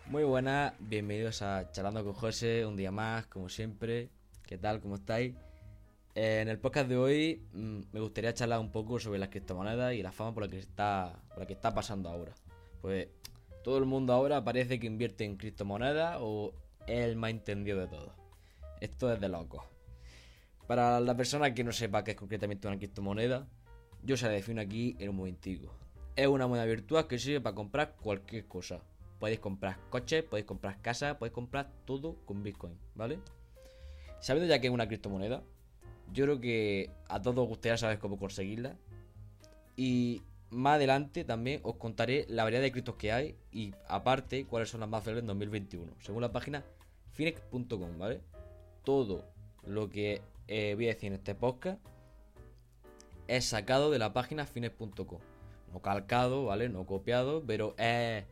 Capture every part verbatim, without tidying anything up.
Muy buenas, bienvenidos a Charlando con José, un día más, como siempre. ¿Qué tal? ¿Cómo estáis? Eh, en el podcast de hoy mm, me gustaría charlar un poco sobre las criptomonedas y la fama por la que está, por la que está pasando ahora. Pues todo el mundo ahora parece que invierte en criptomonedas o es el más entendido de todos. Esto es de locos. Para la persona que no sepa qué es concretamente una criptomoneda, yo se la defino aquí en un momentico. Es una moneda virtual que sirve para comprar cualquier cosa. Podéis comprar coches, podéis comprar casas, podéis comprar todo con Bitcoin, ¿vale? Sabiendo ya que es una criptomoneda, yo creo que a todos os gustaría saber cómo conseguirla. Y más adelante también os contaré la variedad de criptos que hay y aparte cuáles son las más fiables en dos mil veintiuno, según la página finex punto com, ¿vale? Todo lo que eh, voy a decir en este podcast es sacado de la página finex punto com. No calcado, ¿vale? No copiado, pero es,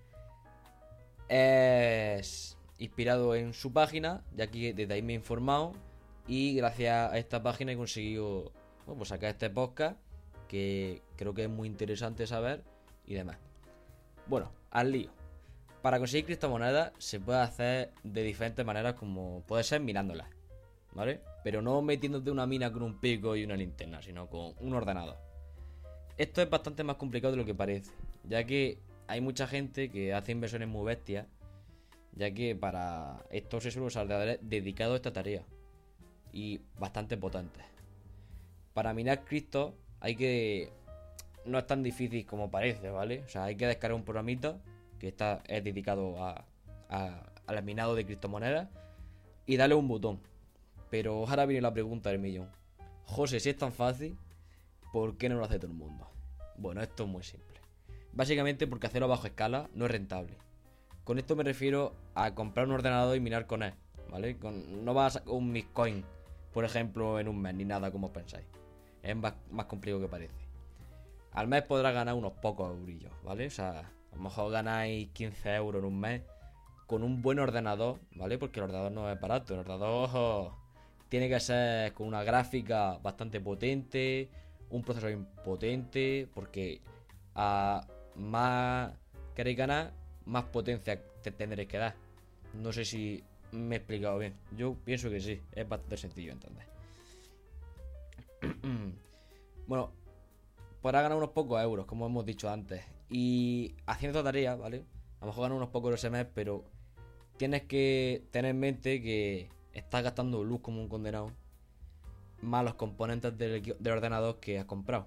es inspirado en su página, ya que desde ahí me he informado y gracias a esta página he conseguido, bueno, pues sacar este podcast que creo que es muy interesante saber y demás. Bueno, al lío. Para conseguir criptomonedas se puede hacer de diferentes maneras, como puede ser minándolas, ¿vale? Pero no metiéndote una mina con un pico y una linterna, sino con un ordenador. Esto es bastante más complicado de lo que parece, ya que hay mucha gente que hace inversiones muy bestias, ya que para esto se suele usar ordenadores dedicados a esta tarea y bastante potentes. Para minar cripto hay que... no es tan difícil como parece, ¿vale? O sea, hay que descargar un programita que está, es dedicado a, a, al minado de criptomonedas y darle un botón. Pero ahora viene la pregunta del millón. José, si es tan fácil, ¿por qué no lo hace todo el mundo? Bueno, esto es muy simple. Básicamente porque hacerlo a baja escala no es rentable. Con esto me refiero a comprar un ordenador y minar con él, ¿vale? Con, no vas a sacar un Bitcoin, por ejemplo, en un mes, ni nada como os pensáis. Es más, más complicado que parece. Al mes podrás ganar unos pocos eurillos, ¿vale? O sea, a lo mejor ganáis quince euros en un mes con un buen ordenador, ¿vale? Porque el ordenador no es barato. El ordenador oh, tiene que ser con una gráfica bastante potente, un procesador potente, porque a más queréis ganar, más potencia te tendréis que dar. No sé si me he explicado bien. Yo pienso que sí, es bastante sencillo entonces. Bueno, podrás ganar unos pocos euros, como hemos dicho antes. Y haciendo esta tarea, ¿vale? A lo mejor ganas unos pocos euros ese mes, pero tienes que tener en mente que estás gastando luz como un condenado, más los componentes del, del ordenador que has comprado.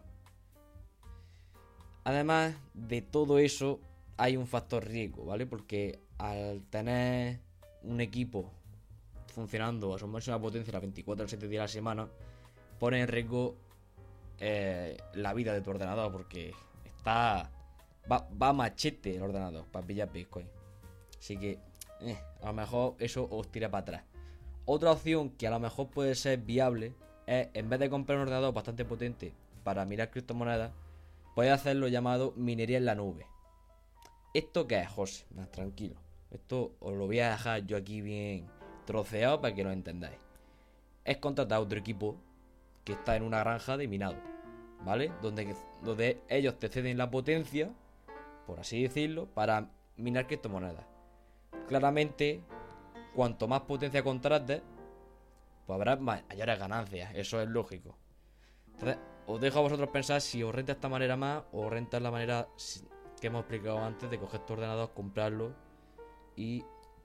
Además de todo eso, hay un factor riesgo, ¿vale? Porque al tener un equipo funcionando a su máxima potencia las veinticuatro o siete días a la semana, pone en riesgo eh, la vida de tu ordenador, porque está va, va a machete el ordenador para pillar Bitcoin. Así que eh, a lo mejor eso os tira para atrás. Otra opción que a lo mejor puede ser viable es, en vez de comprar un ordenador bastante potente para mirar criptomonedas, podéis hacer lo llamado minería en la nube. ¿Esto qué es, José? Más tranquilo. Esto os lo voy a dejar yo aquí bien troceado para que lo entendáis. Es contratar a otro equipo que está en una granja de minado, ¿vale? Donde, donde ellos te ceden la potencia, por así decirlo, para minar criptomonedas. Claramente, cuanto más potencia contrates, pues habrá mayores ganancias. Eso es lógico. Entonces, os dejo a vosotros pensar si os renta esta manera más o os renta la manera que hemos explicado antes de coger tu ordenador, comprarlo y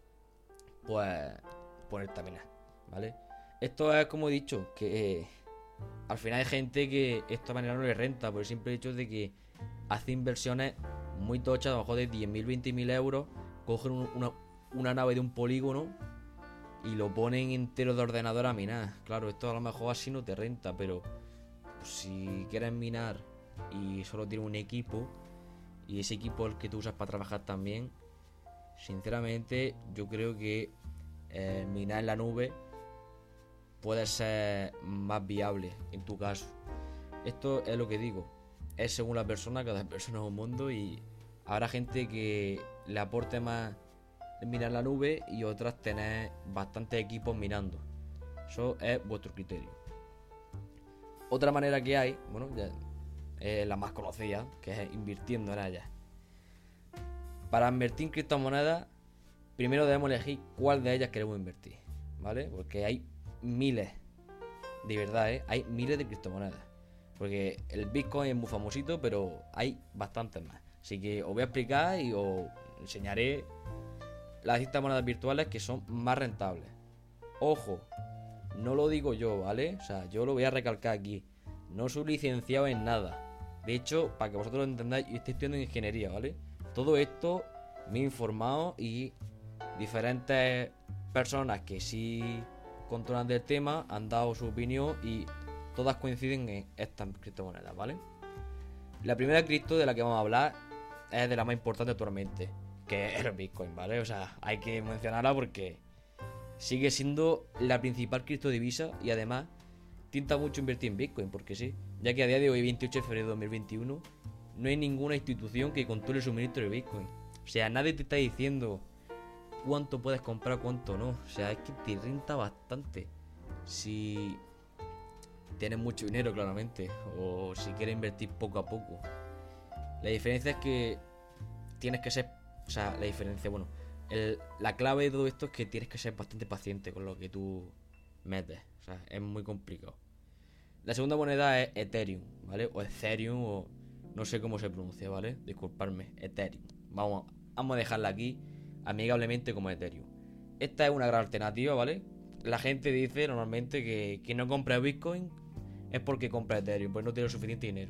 pues ponerte a minar, ¿vale? Esto es como he dicho, que eh, al final hay gente que esta manera no le renta por el simple hecho de que hace inversiones muy tochas, a lo mejor de diez mil, veinte mil euros, cogen un, una, una nave de un polígono y lo ponen entero de ordenador a minar. Claro, esto a lo mejor así no te renta, pero pues, si quieres minar y solo tienes un equipo y ese equipo es el que tú usas para trabajar también, sinceramente yo creo que eh, minar en la nube puede ser más viable en tu caso. Esto es lo que digo, es según la persona, cada persona es un mundo y habrá gente que le aporte más minar la nube y otras tener bastantes equipos minando. Eso es vuestro criterio. Otra manera que hay, bueno, ya es la más conocida, que es invirtiendo en ellas. Para invertir en criptomonedas primero debemos elegir cuál de ellas queremos invertir, ¿vale? Porque hay miles, de verdad, ¿eh? Hay miles de criptomonedas. Porque el Bitcoin es muy famosito, pero hay bastantes más. Así que os voy a explicar y os enseñaré las distintas monedas virtuales que son más rentables. Ojo, no lo digo yo, ¿vale? O sea, yo lo voy a recalcar aquí. No soy licenciado en nada. De hecho, para que vosotros lo entendáis, yo estoy estudiando ingeniería, ¿vale? Todo esto me he informado y diferentes personas que sí controlan del tema han dado su opinión y todas coinciden en estas criptomonedas, ¿vale? La primera cripto de la que vamos a hablar es de la más importante actualmente, que es el Bitcoin, ¿vale? O sea, hay que mencionarla porque sigue siendo la principal criptodivisa y además tienta mucho invertir en Bitcoin, porque sí, ya que a día de hoy, veintiocho de febrero de dos mil veintiuno, no hay ninguna institución que controle el suministro de Bitcoin. O sea, nadie te está diciendo cuánto puedes comprar, cuánto no. O sea, es que te renta bastante si tienes mucho dinero, claramente, o si quieres invertir poco a poco. La diferencia es que tienes que ser, o sea, la diferencia, bueno, el, la clave de todo esto es que tienes que ser bastante paciente con lo que tú metes. O sea, es muy complicado. La segunda moneda es Ethereum, ¿vale? O Ethereum, o no sé cómo se pronuncia, ¿vale? Disculpadme, Ethereum. Vamos, vamos a dejarla aquí amigablemente como Ethereum. Esta es una gran alternativa, ¿vale? La gente dice normalmente que quien no compra Bitcoin es porque compra Ethereum, pues no tiene suficiente dinero.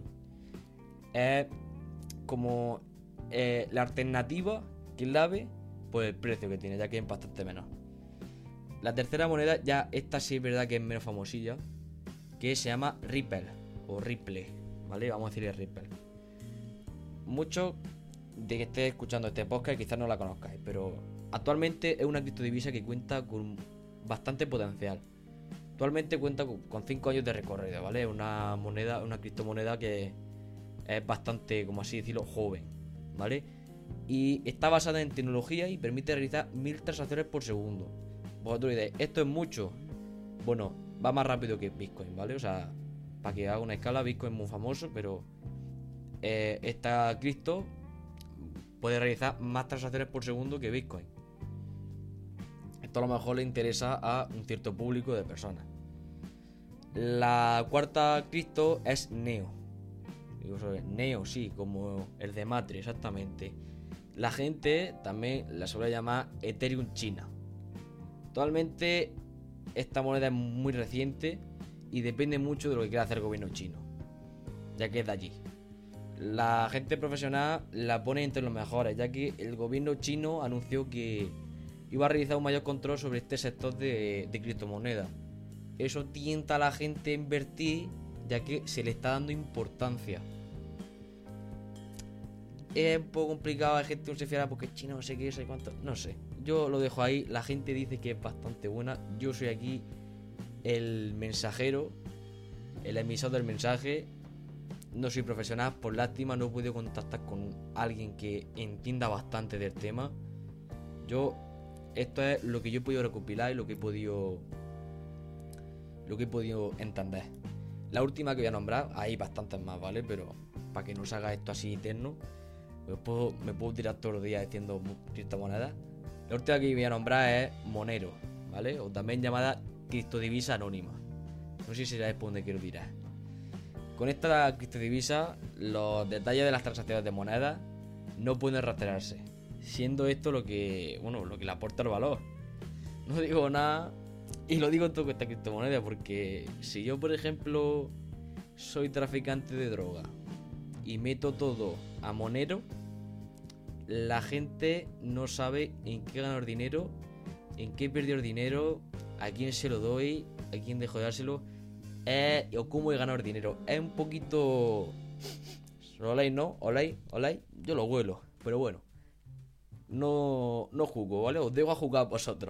Es como eh, la alternativa clave por el precio que tiene, ya que es bastante menos. La tercera moneda, ya esta sí es verdad que es menos famosilla, que se llama Ripple o Ripple, ¿vale? Vamos a decirle Ripple. Muchos de que estéis escuchando este podcast quizás no la conozcáis, pero actualmente es una criptodivisa que cuenta con bastante potencial. Actualmente cuenta con cinco años de recorrido, ¿vale? Es una moneda, una criptomoneda que es bastante, como así decirlo, joven, ¿vale? Y está basada en tecnología y permite realizar mil transacciones por segundo. Vosotros diréis, ¿esto es mucho? Bueno, va más rápido que Bitcoin, ¿vale? O sea, para que haga una escala, Bitcoin es muy famoso, pero eh, esta cripto puede realizar más transacciones por segundo que Bitcoin. Esto a lo mejor le interesa a un cierto público de personas. La cuarta cripto es Neo. Digo sobre Neo, sí, como el de Matrix, exactamente. La gente también la suele llamar Ethereum China. Actualmente esta moneda es muy reciente y depende mucho de lo que quiera hacer el gobierno chino, ya que es de allí. La gente profesional la pone entre los mejores, ya que el gobierno chino anunció que iba a realizar un mayor control sobre este sector de, de criptomonedas. Eso tienta a la gente a invertir, ya que se le está dando importancia. Es un poco complicado, hay gente que no se fiará porque es chino, no sé qué, no sé cuánto, no sé. Yo lo dejo ahí, la gente dice que es bastante buena. Yo soy aquí el mensajero, el emisor del mensaje. No soy profesional, por lástima no he podido contactar con alguien que entienda bastante del tema. Yo, esto es lo que yo he podido recopilar y lo que he podido Lo que he podido entender. La última que voy a nombrar, hay bastantes más, ¿vale? Pero para que no se haga esto así eterno, me puedo, me puedo tirar todos los días diciendo criptomonedas. La última que voy a nombrar es Monero, ¿vale? O también llamada criptodivisa anónima. No sé si sabéis por dónde quiero tirar. Con esta criptodivisa, los detalles de las transacciones de monedas no pueden rastrearse, siendo esto lo que, bueno, lo que le aporta el valor. No digo nada, y lo digo todo con esta criptomoneda, porque si yo, por ejemplo, soy traficante de droga y meto todo a Monero, la gente no sabe en qué ganar dinero, en qué he perdido el dinero, a quién se lo doy, a quién dejo de dárselo, eh, o cómo he ganado el dinero. Es un poquito... ¿Oláis, no? ¿Oláis? ¿Oláis? Yo lo huelo, pero bueno. No, no juzgo, ¿vale? Os dejo a jugar vosotros.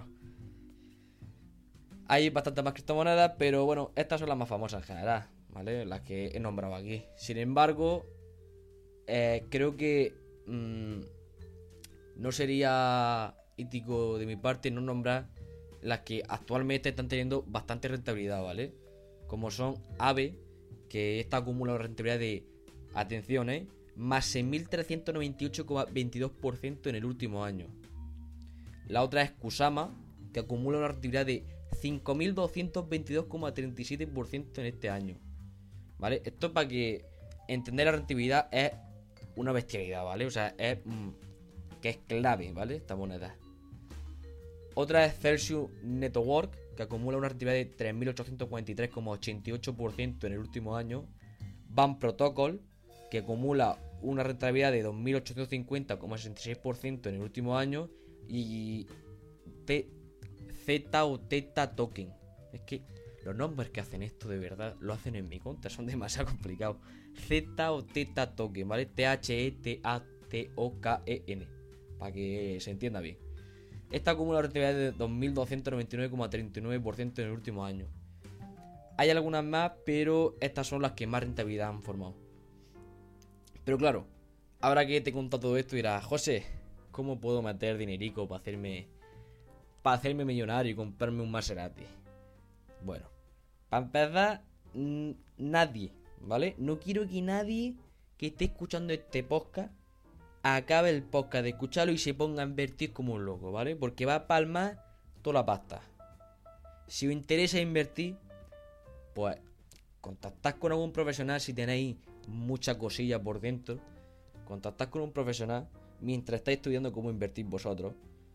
Hay bastantes más criptomonedas, pero bueno, estas son las más famosas en general, ¿vale? Las que he nombrado aquí. Sin embargo, eh, creo que mmm, no sería ético de mi parte no nombrar las que actualmente están teniendo bastante rentabilidad, ¿vale? Como son Aave, que esta acumula una rentabilidad de, atención, ¿eh? Más seis mil trescientos noventa y ocho coma veintidós por ciento en el último año. La otra es Kusama, que acumula una rentabilidad de cinco mil doscientos veintidós coma treinta y siete por ciento en este año. ¿Vale? Esto para que entender la rentabilidad es una bestialidad, ¿vale? O sea, es mmm, que es clave, ¿vale? Esta moneda. Otra es Celsius Network, que acumula una rentabilidad de tres mil ochocientos cuarenta y tres coma ochenta y ocho por ciento en el último año. Ban Protocol, que acumula una rentabilidad de dos mil ochocientos cincuenta coma sesenta y seis por ciento en el último año. Y T Z o Theta Token. Es que los nombres que hacen esto de verdad lo hacen en mi cuenta, son demasiado complicados. Z o Theta Token, ¿vale? T H E T A T O K E N, para que se entienda bien. Esta acumula una rentabilidad de dos mil doscientos noventa y nueve coma treinta y nueve por ciento en el último año. Hay algunas más, pero estas son las que más rentabilidad han formado. Pero claro, ahora que te he contado todo esto dirás, José, ¿cómo puedo meter dinerico para hacerme para hacerme millonario y comprarme un Maserati? Bueno, para empezar, n- nadie, ¿vale? No quiero que nadie que esté escuchando este podcast acabe el podcast de escucharlo y se ponga a invertir como un loco, ¿vale? Porque va a palmar toda la pasta. Si os interesa invertir, pues contactad con algún profesional si tenéis mucha cosilla por dentro. Contactad con un profesional mientras estáis estudiando cómo invertir vosotros.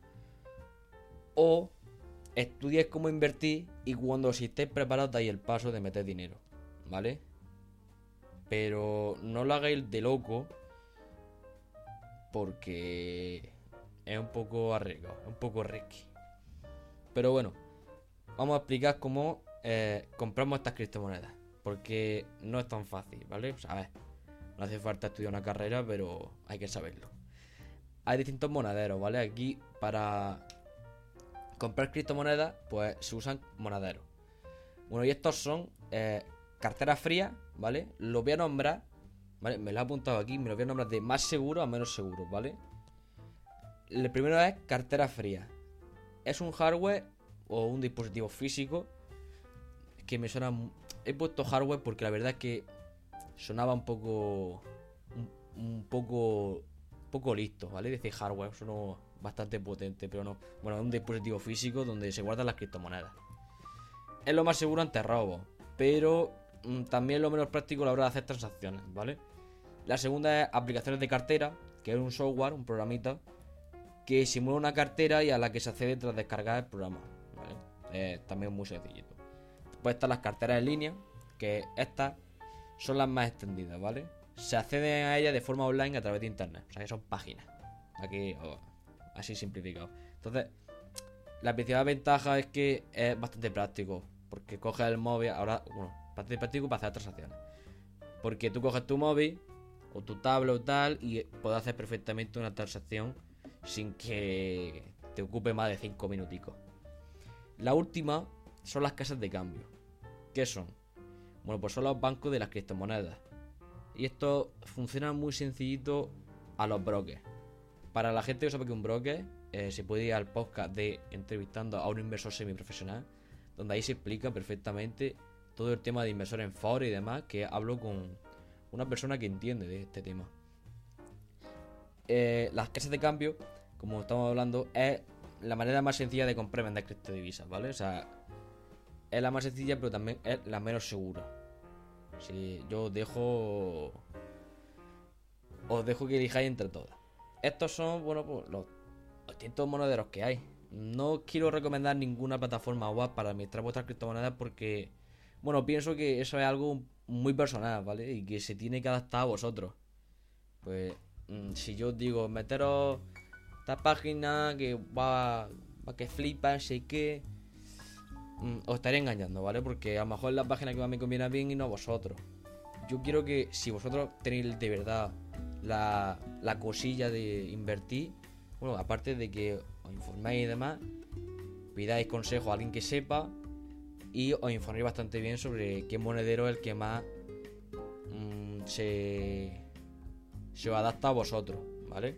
O estudiáis cómo invertir y cuando si estéis preparados dais el paso de meter dinero, ¿vale? Pero no lo hagáis de loco, porque es un poco arriesgado, es un poco risky. Pero bueno, vamos a explicar cómo eh, compramos estas criptomonedas, porque no es tan fácil, ¿vale? O sea, a ver, no hace falta estudiar una carrera, pero hay que saberlo. Hay distintos monederos, ¿vale? Aquí para comprar criptomonedas, pues se usan monederos. Bueno, y estos son eh, carteras frías, ¿vale? Lo voy a nombrar, ¿vale? Me lo he apuntado aquí, me lo voy a nombrar de más seguro a menos seguro, ¿vale? El primero es cartera fría. Es un hardware o un dispositivo físico que me suena... He puesto hardware porque la verdad es que sonaba un poco... Un, un poco... poco listo, ¿vale? Decir hardware, sonó bastante potente, pero no. Bueno, es un dispositivo físico donde se guardan las criptomonedas. Es lo más seguro ante robo, pero mmm, también es lo menos práctico a la hora de hacer transacciones, ¿vale? La segunda es aplicaciones de cartera, que es un software, un programita, que simula una cartera y a la que se accede tras descargar el programa, ¿vale? Es también muy sencillito. Después están las carteras en línea, que estas son las más extendidas, ¿vale? Se accede a ellas de forma online a través de internet, o sea que son páginas. Aquí, oh, así simplificado. Entonces, la principal ventaja es que es bastante práctico, porque coges el móvil, ahora, bueno, bastante práctico para hacer transacciones. Porque tú coges tu móvil o tu tablet o tal y puedes hacer perfectamente una transacción sin que te ocupe más de cinco minuticos. La última son las casas de cambio. ¿Qué son? Bueno, pues son los bancos de las criptomonedas. Y esto funciona muy sencillito a los brokers. Para la gente que sabe que un broker, eh, se puede ir al podcast de Entrevistando a un inversor semiprofesional, donde ahí se explica perfectamente todo el tema de inversores en foros y demás, que hablo con una persona que entiende de este tema. Eh, las casas de cambio, como estamos hablando, es la manera más sencilla de comprar y vender criptodivisas, ¿vale? O sea, es la más sencilla, pero también es la menos segura. Si yo os dejo os dejo que elijáis entre todas. Estos son, bueno, pues los distintos monederos que hay. No quiero recomendar ninguna plataforma web para administrar vuestras criptomonedas porque, bueno, pienso que eso es algo muy personal, ¿vale? Y que se tiene que adaptar a vosotros. Pues, mmm, si yo os digo, meteros esta página que va, va que flipa, sé que... os estaré engañando, ¿vale? Porque a lo mejor es la página que más me conviene bien y no a vosotros. Yo quiero que si vosotros tenéis de verdad la, la cosilla de invertir, bueno, aparte de que os informéis y demás, pidáis consejo a alguien que sepa y os informéis bastante bien sobre qué monedero es el que más mmm, se, se os adapta a vosotros, ¿vale?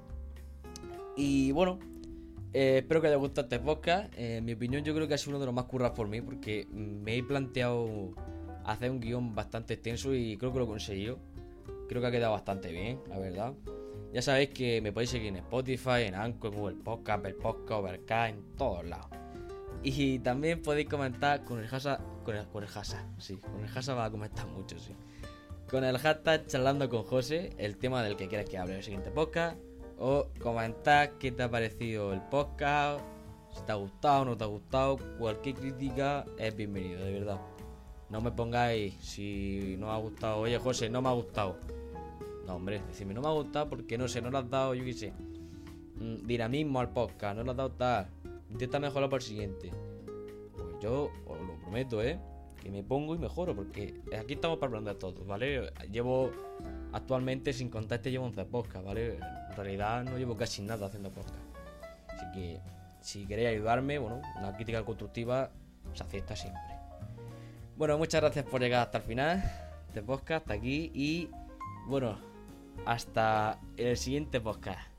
Y bueno, Eh, espero que haya gustado este podcast. Eh, en mi opinión, yo creo que ha sido uno de los más currados por mí, porque me he planteado hacer un guión bastante extenso y creo que lo he conseguido. Creo que ha quedado bastante bien, la verdad. Ya sabéis que me podéis seguir en Spotify, en Anchor, en Google Podcast, Apple Podcast, Overcast, en todos lados. Y también podéis comentar con el hashtag, con el, con el hashtag, sí, con el hashtag va a comentar mucho, sí. Con el hashtag charlando con José, el tema del que quieras que hable en el siguiente podcast. O comentar qué te ha parecido el podcast, si te ha gustado o no te ha gustado. Cualquier crítica es bienvenido, de verdad. No me pongáis si no me ha gustado, oye José, no me ha gustado. No, hombre, decime, no me ha gustado porque no sé, no le has dado, yo qué sé, dinamismo al podcast, no le has dado tal. Intenta mejorar para el siguiente. Pues yo os lo prometo, ¿eh? Que me pongo y mejoro, porque aquí estamos para aprender todos, ¿vale? Llevo actualmente, sin contar este, llevo once podcasts, ¿vale? En realidad no llevo casi nada haciendo podcast. Así que si queréis ayudarme, bueno, una crítica constructiva se acepta siempre. Bueno, muchas gracias por llegar hasta el final de podcast, hasta aquí, y bueno, hasta el siguiente podcast.